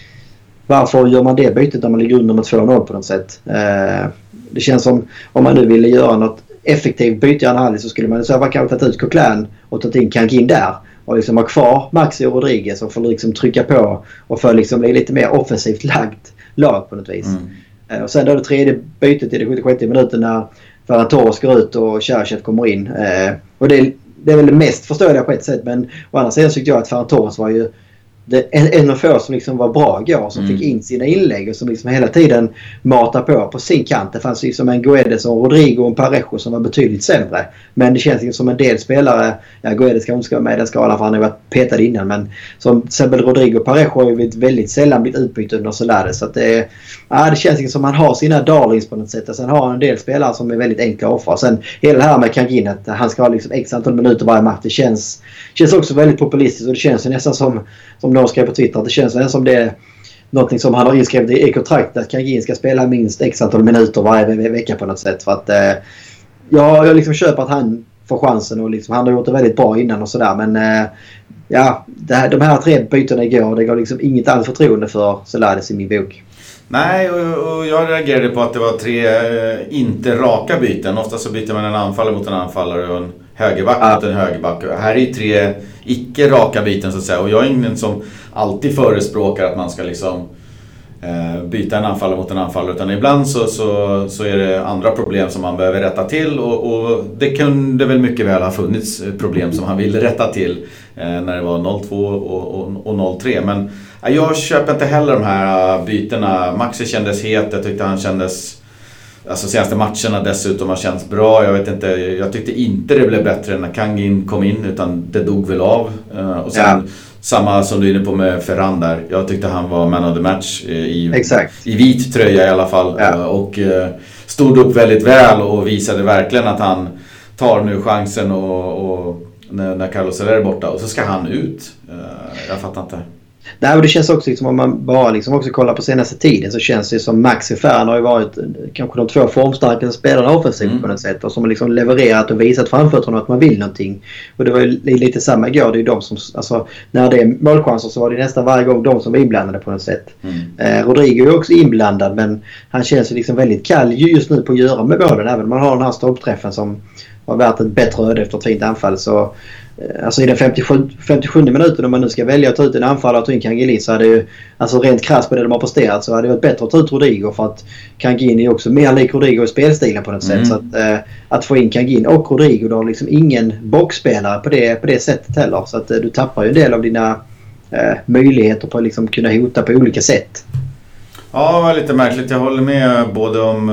varför gör man det bytet när man ligger under med 2-0 på något sätt? Det känns som om man nu ville göra något effektivt byte i en halvlek så skulle man så kanske ta ut Coquelin och ta in Kangin där och liksom ha kvar Maxi och Rodriguez och få liksom trycka på och få liksom bli lite mer offensivt lagt lag på något vis. Och sen då det tredje bytet i det 76 minuten när Ferran Torres går ut och Cherchev kommer in. Och det är väl det mest förståeliga på ett sätt, men å andra sidan tyckte jag att Ferran Torres var ju en av få som liksom var bra igår, som fick in sina inlägg och som liksom hela tiden matar på sin kant. Det fanns liksom en Guedes och Rodrigo och en Parejo som var betydligt sämre. Men det känns liksom som en del spelare, Guedes kanske ska vara med i den skalan för han har varit petad innan, men som till exempel Rodrigo och Parejo har ju väldigt sällan blivit utbytt under Celades. Så att det känns liksom som han har sina darlings på något sätt. Och sen har han en del spelare som är väldigt enkla att offra. Sen hela det här med Kangin, att han ska ha liksom x antal minuter varje match, det känns också väldigt populistiskt, och det känns nästan som någon skrev på Twitter, att det känns nästan som det är någonting som han har inskrivet i kontraktet, att Kangin ska spela minst x antal minuter varje vecka på något sätt. För att jag liksom köper att han får chansen, och liksom, han har gjort det väldigt bra innan och sådär, men de här 3 bytena igår, det gav liksom inget alls förtroende för Celades i min bok. Nej, och jag reagerade på att det var 3 inte raka byten. Ofta så byter man en anfallare mot en anfallare och en högerback mot en högerback. Här är 3 icke raka byten så att säga. Och jag är ingen som alltid förespråkar att man ska liksom byta en anfallare mot en anfallare. Utan ibland så är det andra problem som man behöver rätta till. Och det kunde väl mycket väl ha funnits problem som han ville rätta till när det var 0-2 och 0-3. Men jag köper inte heller de här bytena. Maxi kändes het, jag tyckte han kändes, alltså senaste matcherna dessutom har känts bra. Jag tyckte inte det blev bättre när Kangin kom in, utan det dog väl av. Och sen Samma som du är inne på med Ferran där. Jag tyckte han var man of the match i vit tröja i alla fall. Ja. Och stod upp väldigt väl och visade verkligen att han tar nu chansen och när Carlos Soler är borta. Och så ska han ut. Jag fattar inte. Nej, och det känns också liksom, om man bara liksom också kollar på senaste tiden, så känns det som Max och Ferran har ju varit kanske de 2 formstarkaste spelarna offensivt på något sätt, och som har liksom levererat och visat framfötterna att man vill någonting. Och det var ju lite samma igår. Det är ju de som, alltså, när det är målchanser så var det nästan varje gång de som var inblandade på något sätt. Rodrigo är ju också inblandad, men han känns ju liksom väldigt kall just nu på att göra med målen, även om man har den här stoppträffen som har varit ett bättre öde efter ett fint anfall. Så alltså i den 57 minuten, om man nu ska välja att ta ut en anfallare och ta in Kangin, så hade ju, alltså rent krasst på det de har presterat, så hade det varit bättre att ta ut Rodrigo, för att Kangin är också mer lik Rodrigo i spelstilen på något sätt. Så att få in Kangin och Rodrigo, då har liksom ingen boxspelare på det sättet heller, så att du tappar ju en del av dina möjligheter på att liksom kunna hota på olika sätt. Ja, det var lite märkligt. Jag håller med både om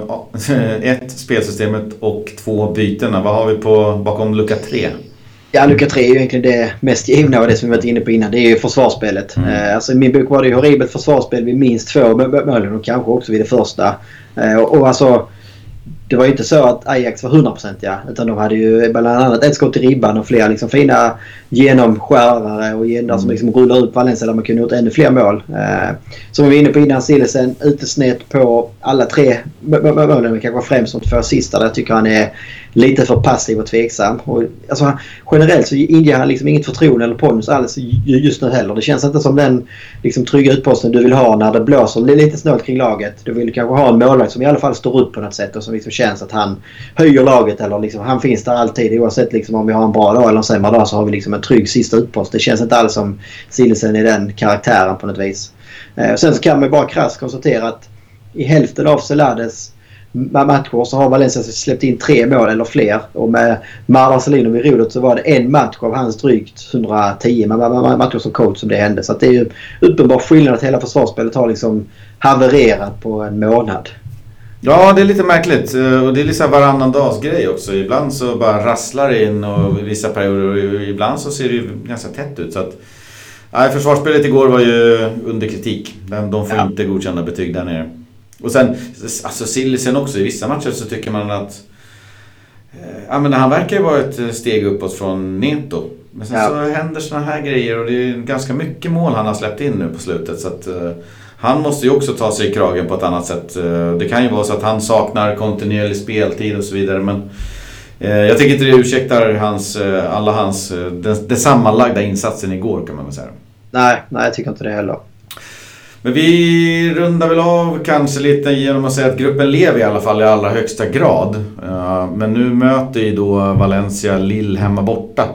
1, spelsystemet och 2, bytena. Vad har vi bakom lucka 3? Ja, lucka 3 är ju egentligen det mest givna och det som vi varit inne på innan. Det är ju försvarsspelet. Alltså i min bok var det ju horribelt försvarsspel vid minst 2 målen och kanske också vid det första. Och alltså, det var ju inte så att Ajax var 100%, utan de hade ju bland annat ett skott i ribban och flera liksom fina genomskärare och genar som liksom rullar ut Valencia där man kunde gjort ännu fler mål. Som vi var inne på innan, Sillesen utesnett på alla 3 målen, men kanske främst de 2 sista, där jag tycker han är lite för passiv och tveksam. Och, alltså, generellt så inger han liksom inget förtroende eller pondus alls just nu heller. Det känns inte som den liksom trygga utposten du vill ha när det blåser lite snålt kring laget. Du vill kanske ha en målvakt som i alla fall står upp på något sätt och som liksom känns att han höjer laget, eller liksom, han finns där alltid, oavsett liksom om vi har en bra dag eller en sämre dag, så har vi liksom en trygg sista utpost. Det känns inte alls som Sillesen är den karaktären på något vis. Sen så kan man bara krasst konstatera att i hälften av Celades matcher så har Valencia släppt in 3 mål eller fler, och med Marcelino vid rodret så var det en match av hans drygt 110 matcher som coach som det hände. Så att det är ju uppenbar skillnad att hela försvarsspelet har liksom havererat på en månad. Ja, det är lite märkligt, och det är liksom varannan dags grej också. Ibland så bara rasslar det in och vissa perioder, och ibland så ser det ju ganska tätt ut. Så att försvarsspelet igår var ju under kritik. De får inte godkända betyg där nere. Och sen, alltså Sillesen också, i vissa matcher så tycker man att men han verkar ju vara ett steg uppåt från Neto. Men sen så händer såna här grejer, och det är ganska mycket mål han har släppt in nu på slutet. Så att han måste ju också ta sig i kragen på ett annat sätt. Det kan ju vara så att han saknar kontinuerlig speltid och så vidare, men jag tycker inte det ursäktar alla hans den sammanlagda insatsen igår, kan man väl säga. Nej, jag tycker inte det heller. Men vi rundar väl av kanske lite genom att säga att gruppen lever i alla fall i allra högsta grad. Men nu möter ju då Valencia Lille hemma borta.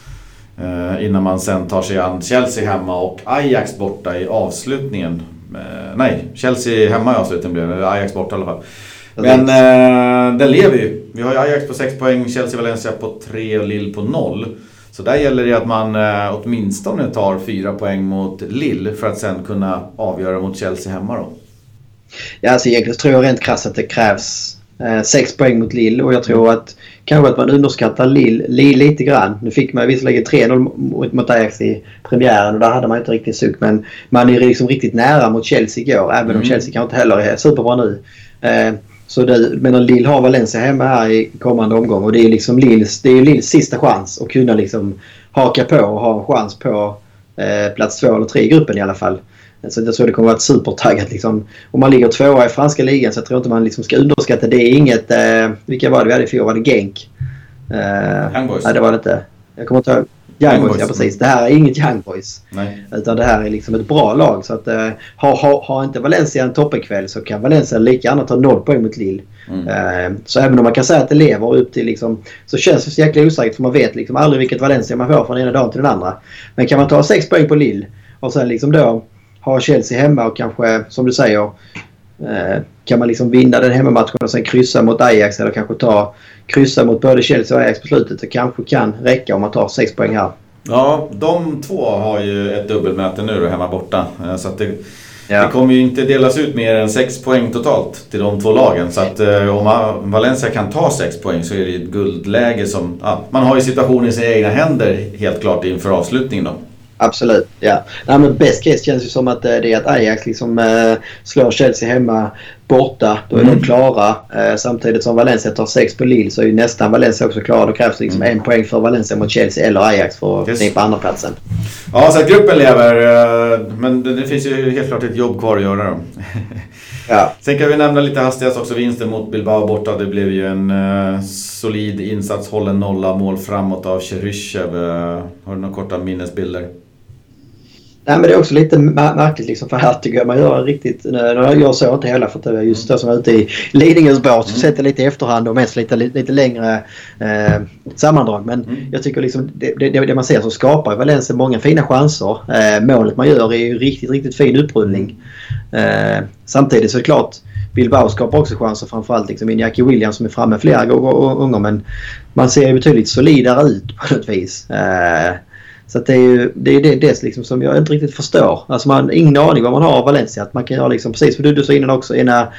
Innan man sen tar sig an Chelsea hemma och Ajax borta i avslutningen. Nej, Chelsea hemma i avslutningen blev det. Ajax borta i alla fall. Men den lever ju. Vi har ju Ajax på 6 poäng, Chelsea Valencia på 3 och Lille på 0. Så där gäller det att man åtminstone tar 4 poäng mot Lille för att sen kunna avgöra mot Chelsea hemma då. Ja, alltså egentligen tror jag rent krasst att det krävs 6 poäng mot Lille, och jag tror att kanske att man underskattar Lille lite grann. Nu fick man visserligen 3-0 mot Ajax i premiären, och där hade man inte riktigt sug, men man är liksom riktigt nära mot Chelsea igår, även om Chelsea kanske inte heller är superbra nu. Så men Lille har Valencia hemma här i kommande omgång, och det är liksom Lilles sista chans att kunna liksom haka på och ha en chans på plats 2 eller 3 i gruppen i alla fall. Så jag tror det kommer att vara ett supertaggat liksom. Om man ligger 2 i franska ligan, så jag tror inte man liksom ska underskatta. Det är inget, vilka var det vi hade i fjol? Var det Genk? Young Boys. Nej, det var det inte. Jag kommer inte ihåg. Young Boys, ja precis. Det här är inget Young Boys. Nej. Utan det här är liksom ett bra lag. Så att har inte Valencia en toppenkväll, så kan Valencia lika gärna ta 0 poäng mot Lille. Så även om man kan säga att det lever upp till liksom, så känns det så jäkla osäkert, för man vet liksom aldrig vilket Valencia man får från ena dagen till den andra. Men kan man ta 6 poäng på Lille och sen liksom då ha Chelsea hemma, och kanske som du säger kan man liksom vinna den hemmamatchen och sen kryssa mot Ajax, eller kanske kryssa mot både Chelsea och Ajax på slutet, det kanske kan räcka om man tar 6 poäng här. Ja, de två har ju ett dubbelmöte nu då hemma borta, så att det kommer ju inte delas ut mer än 6 poäng totalt till de 2 lagen. Så att om Valencia kan ta 6 poäng, så är det ett guldläge som man har ju situationen i sina egna händer helt klart inför avslutningen då. Absolut, ja. Nej, men best case känns ju som att det är att Ajax liksom slår Chelsea hemma borta. Då är de klara. Samtidigt som Valencia tar 6 på Lille så är ju nästan Valencia också klara. Då krävs det liksom 1 poäng för Valencia mot Chelsea eller Ajax för att knipa andra platsen. Ja, så att gruppen lever. Men det finns ju helt klart ett jobb kvar att göra då. Ja. Sen kan vi nämna lite hastigast också vinsten mot Bilbao borta. Det blev ju en solid insats, hållen nolla, mål framåt av Cheryshev. Har du några korta minnesbilder? Nej, men det är också lite märkligt liksom, för här tycker jag man gör riktigt, jag såg inte hela för att det var just det som var ute i Lidingös båt, så sätter lite i efterhand och mest lite längre sammandrag, men jag tycker liksom det man ser så skapar Valencia många fina chanser. Målet man gör är ju riktigt fin upprullning. Samtidigt så är det klart Bilbao skapar också chanser, framförallt liksom Iñaki Williams som är framme flera gånger, men man ser ju betydligt solidare ut på något vis. Så att det är det liksom som jag inte riktigt förstår. Alltså man har ingen aning vad man har av Valencia. Att man kan göra liksom, precis vad du sa innan också,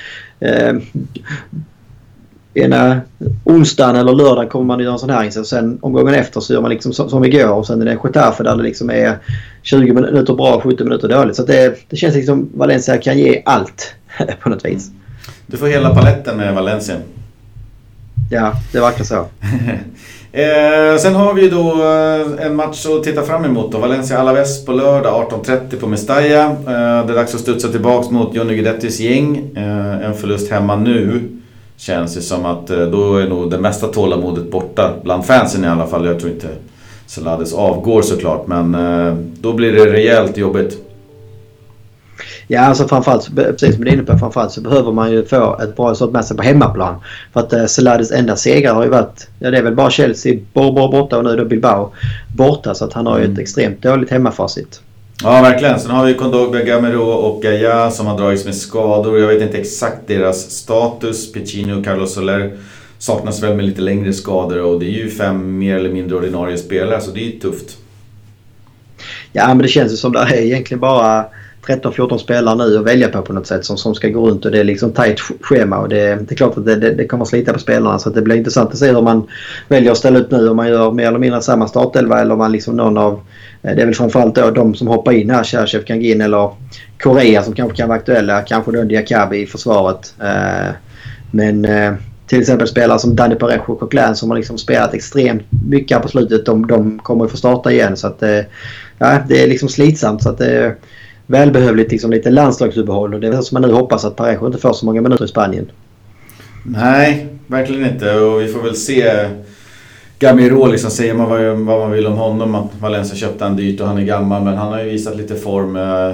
ena onsdagen eller lördagen kommer man att göra en sån här insats. Sen omgången efter så gör man liksom som igår. Och sen är det Getafe där det liksom är 20 minuter bra, 70 minuter dåligt. Så att det känns liksom Valencia kan ge allt på något vis. Du får hela paletten med Valencia. Ja, det verkar så. Sen har vi då en match att titta fram emot då. Valencia Alaves på lördag 18:30 på Mestalla. Det är dags att studsa tillbaks mot Johnny Guidettis gäng. En förlust hemma nu känns det som att då är nog det mesta tålamodet borta bland fansen i alla fall. Jag tror inte Celades avgår såklart, men då blir det rejält jobbigt. Ja, alltså framförallt, precis som du är inne på, framförallt så behöver man ju få ett bra resultat med sig på hemmaplan. För att Celades enda seger har ju varit, det är väl bara Chelsea borta och nu då Bilbao borta, så att han har ju ett extremt dåligt hemmafacit. Ja, verkligen. Sen har vi Kondogbia, Gamero och Gaia som har dragits med skador. Jag vet inte exakt deras status. Piccino och Carlos Soler saknas väl med lite längre skador, och det är ju 5 mer eller mindre ordinarie spelare, så det är ju tufft. Ja, men det känns ju som det är egentligen bara 13-14 spelare nu att välja på något sätt som ska gå runt, och det är liksom tajt schema, och det är klart att det kommer slita på spelarna, så att det blir intressant att se hur man väljer att ställa upp nu, om man gör mer eller mindre samma startelva eller om man liksom någon av, det är väl framförallt då de som hoppar in här, Cheryshev kan gå in, eller Korea som kanske kan vara aktuella, kanske då Diakabi i försvaret, men till exempel spelare som Dani Parejo och Coquelin som har liksom spelat extremt mycket på slutet, de kommer att få starta igen, så att ja, det är liksom slitsamt, så att det är välbehövligt liksom lite landslagsuppehåll, och det är väl som man nu hoppas att Parejo inte får så många minuter i Spanien. Nej, verkligen inte, och vi får väl se. Gamero liksom, säger man vad man vill om honom, att Valencia köpte han dyrt och han är gammal, men han har ju visat lite form,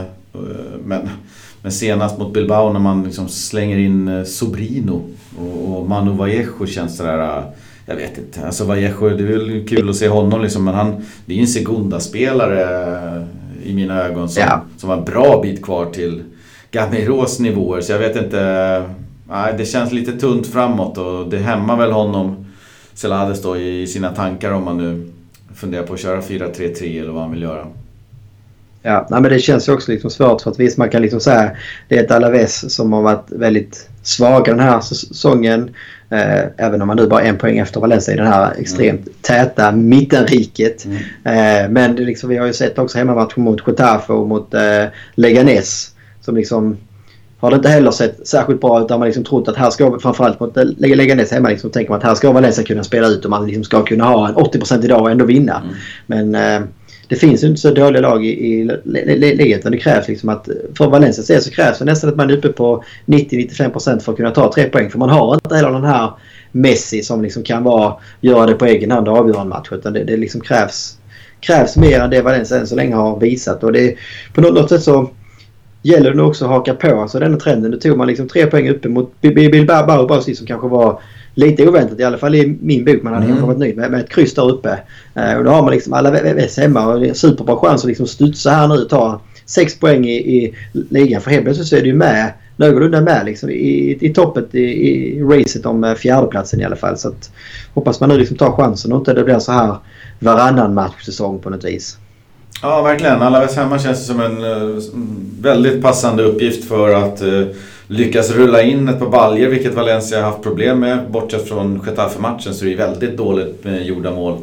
men senast mot Bilbao när man liksom slänger in Sobrino och Manu Vallejo, känns det där, jag vet inte, alltså Vallejo, det är väl kul att se honom liksom, men det är ju en segunda-spelare i mina ögon som var en bra bit kvar till Gameros nivåer, så jag vet inte, det känns lite tunt framåt, och det hämmar väl honom Celades då i sina tankar, om man nu funderar på att köra 4-3-3 eller vad han vill göra. Ja, men det känns ju också liksom svårt, för att visst man kan liksom säga det är ett Alaves som har varit väldigt svaga den här säsongen, även om man nu bara 1 poäng efter Valencia i den här extremt täta mittenriket. Men det liksom, vi har ju sett också hemmamatchen mot Getafe och mot Leganés som liksom har det inte heller sett särskilt bra ut, där man liksom trott att här ska, framförallt mot Leganés hemma, liksom tänker man att här ska Valencia kunna spela ut och man liksom ska kunna ha en 80% idag och ändå vinna. Men det finns ju inte så dåliga lag i ligan, utan det krävs liksom att för Valencia så krävs det nästan att man är uppe på 90-95% för att kunna ta 3 poäng, för man har inte heller den här Messi som liksom kan göra det på egen hand och avgöra en match, utan det liksom krävs mer än det Valencia än så länge har visat, och det på något sätt så gäller det nog också att haka på. Så den trenden, då tog man liksom 3 poäng uppe mot Bilbao som kanske var lite oväntat, i alla fall i min bok. Man hade kanske varit nöjd med ett kryss där uppe. Och då har man liksom alla VVS hemma, och det är en superbra chans att liksom studsa här nu och ta 6 poäng i ligan. För helt plötsligt så är det ju med, någorlunda med liksom i toppet i racet om fjärdeplatsen i alla fall. Så att hoppas man nu liksom tar chansen och inte det blir så här varannan matchsäsong på något vis. Ja, verkligen. Alaves hemma känns som en väldigt passande uppgift för att lyckas rulla in ett par baljer, vilket Valencia har haft problem med. Bortsett från Getafe-matchen så är det väldigt dåligt med gjorda mål.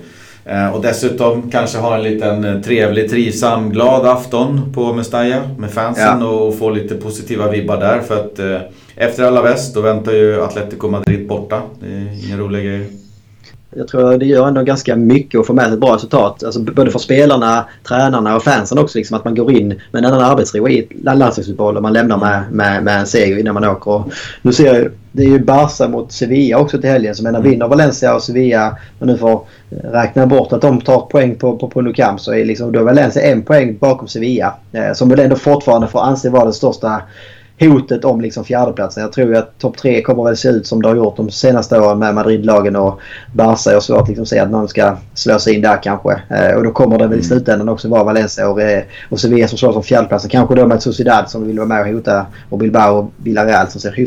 Och dessutom kanske ha en liten trevlig, trivsam, glad afton på Mestalla med fansen och få lite positiva vibbar där. För att efter Alavés då väntar ju Atletico Madrid borta. Det är ingen rolig grej. Jag tror det gör ändå ganska mycket att få med ett bra resultat. Alltså både för spelarna, tränarna och fansen också. Liksom att man går in med en annan arbetsro i landslagsfotboll och man lämnar med en seger innan man åker. Och nu ser jag, det är ju Barca mot Sevilla också till helgen. Så vinner Valencia och Sevilla och nu får räkna bort att de tar poäng på Nou Camp, så är liksom, då är Valencia 1 poäng bakom Sevilla. Som väl ändå fortfarande får anse vara det största hotet om liksom fjärdeplatsen. Jag tror att topp 3 kommer väl se ut som det har gjort de senaste åren med Madrid-lagen och Barca. Jag svårt liksom se att någon ska slå sig in där kanske. Och då kommer det väl i slutändan också vara Valencia och Sevilla som slår som fjärdeplatsen. Kanske då med Sociedad som vill vara med och hota, och Bilbao och Villarreal som ser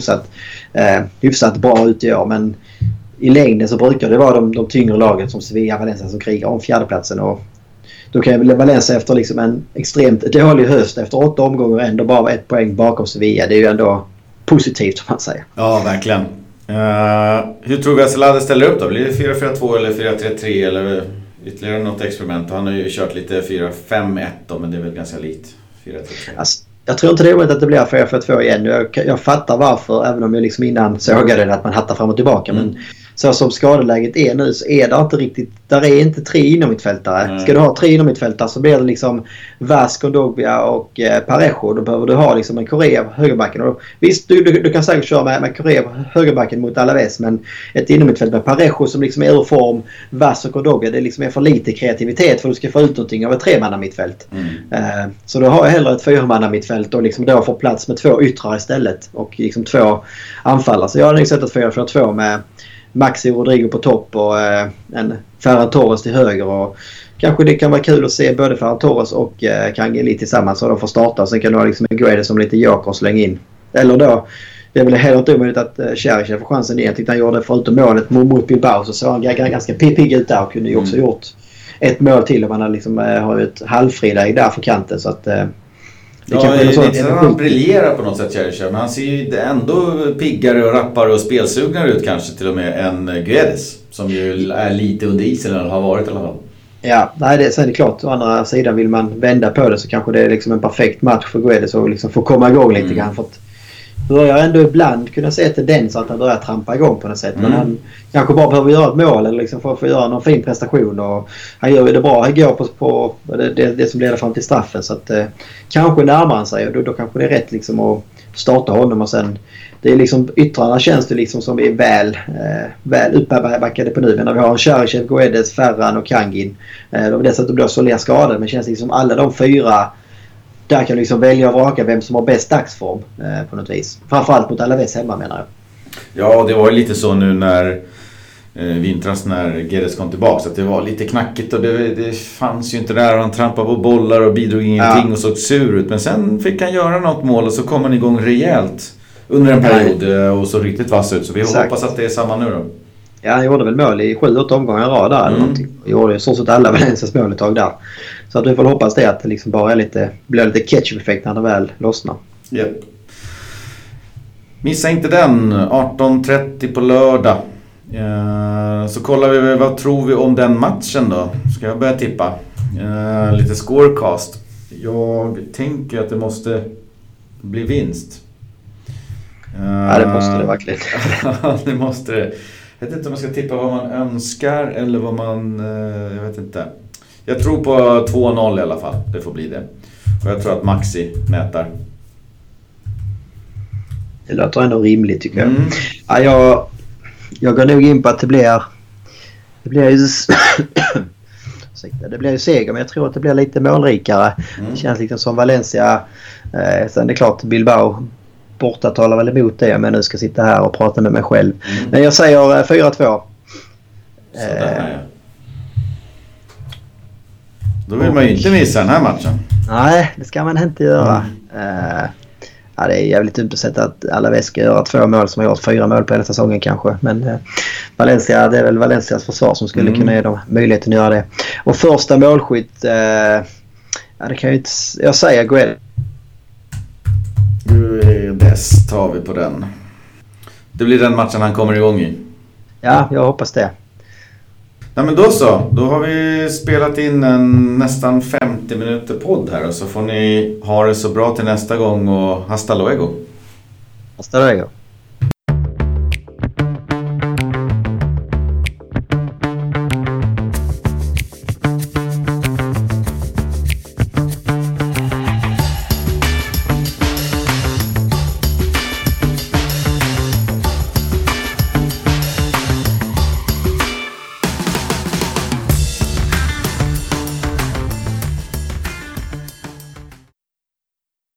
hyfsat bra ut i år. Men i längden så brukar det vara de tyngre lagen som Sevilla och Valencia som krigar om fjärdeplatsen. Och då kan väl Valencia efter liksom en extremt dålig höst efter 8 omgångar ändå bara 1 poäng bakom Sevilla. Det är ju ändå positivt som man säger. Ja, verkligen. Hur tror vi att Celade ställer upp då? Blir det 4-4-2 eller 4-3-3 eller ytterligare något experiment? Han har ju kört lite 4-5-1 då, men det är väl ganska likt 4-3-3. Alltså, jag tror inte det är möjligt att det blir 4-4-2 igen. Jag fattar varför, även om jag liksom innan sågade det att man hattar fram och tillbaka. Men så som skadeläget är nu så är det inte riktigt, där är inte 3 inomhittfältare. Ska du ha 3 inomhittfältare så blir det liksom Vasco, Kondogbia och Parejo. Då behöver du ha liksom en Correa på högerbacken. Och visst, du kan säkert köra med Correa på högerbacken mot Alavés, men ett inomhittfält med Parejo som liksom är ur form, Vasco och Kondogbia, det liksom är för lite kreativitet för att du ska få ut någonting av ett 3-manna-mittfält. Så då har jag hellre ett 4-manna-mittfält och liksom då får plats med 2 yttrar istället och liksom 2 anfallare. Så jag har nog sett ett 4-4-2 med Maxi och Rodrigo på topp och en Ferran Torres till höger, och kanske det kan vara kul att se både Ferran Torres och Kangeli tillsammans så de får starta. Sen kan du ha liksom en Guedes som lite joker och slänga in. Eller då, det är väl helt omöjligt att Cheryshev får chansen igen. Jag tyckte han gjorde förutom målet mot Bilbao så han ganska pigg ut där och kunde ju också gjort ett mål till om han liksom, har ett halvfriläge där för kanten. Så att det är lite så han briljerar på något sätt, Cheryshev, men han ser ju ändå piggare och rappare och spelsugnare ut kanske till och med än Guedes, som ju är lite under isen eller har varit i alla fall. Ja, sen är det klart, å andra sidan vill man vända på det så kanske det är liksom en perfekt match för Guedes och liksom få komma igång lite grann, för att börjar ändå ibland kunna se tendens att han börjar trampa igång på något sätt. Men han kanske bara behöver göra ett mål eller liksom få göra någon fin prestation. Och han gör det bra. Han går på det som leder fram till straffen. Så att kanske närmar han sig. Och då kanske det är rätt liksom att starta honom. Och sen, det är liksom yttrarna känns det liksom som vi är väl uppbackade på nu. Men när vi har en Cheryshev, Guedes, Ferran och Kangin. De dessutom då Soler skadade. Men känns liksom alla de 4... Där kan du liksom välja och vraka vem som har bäst dagsform på något vis. Framförallt mot Alavés hemma, menar jag. Ja, det var ju lite så nu när vintras när Guedes kom tillbaka. Så att det var lite knackigt och det fanns ju inte där. Han trampade på bollar och bidrog ingenting och såg sur ut. Men sen fick han göra något mål och så kom han igång rejält under en period och så riktigt vass ut. Så vi hoppas att det är samma nu då. Ja, han gjorde väl mål i 7-8 omgångar i rad där eller någonting. Han gjorde ju så att alla Valencias mål ett tag där. Så att vi får hoppas det att det liksom bara blir lite ketchup-effekt när det väl lossnar. Yep. Missa inte den, 18:30 på lördag. Så kollar vi vad tror vi om den matchen då. Ska jag börja tippa? Lite scorecast. Jag tänker att det måste bli vinst. Ja, det måste det verkligen. Det måste det. Jag vet inte om jag ska tippa vad man önskar eller vad man... Jag vet inte. Jag tror på 2-0 i alla fall. Det får bli det. Och jag tror att Maxi nätar. Det låter ändå rimligt tycker jag. Ja, jag går nog in på att det blir ju seger, men jag tror att det blir lite målrikare. Det känns liksom som Valencia. Sen är det klart Bilbao borta talar väl emot det, men nu ska sitta här och prata med mig själv. Men jag säger 4-2. Då vill man ju inte missa den här matchen. Nej, det ska man inte göra. Ja, det är jävligt dumt att sätta att Alavés ska göra 2 mål som har gjort 4 mål på hela säsongen kanske. Men Valencia, det är väl Valencias försvar som skulle kunna ge dem möjligheten att göra det. Och första målskytt, ja, det kan ju inte... Jag säger Guedes. Guedes tar vi på den. Det blir den matchen han kommer igång i. Ja, jag hoppas det. Nej, men då så. Då har vi spelat in en nästan 50 minuter podd här. Och så får ni ha det så bra till nästa gång och hasta luego. Hasta luego.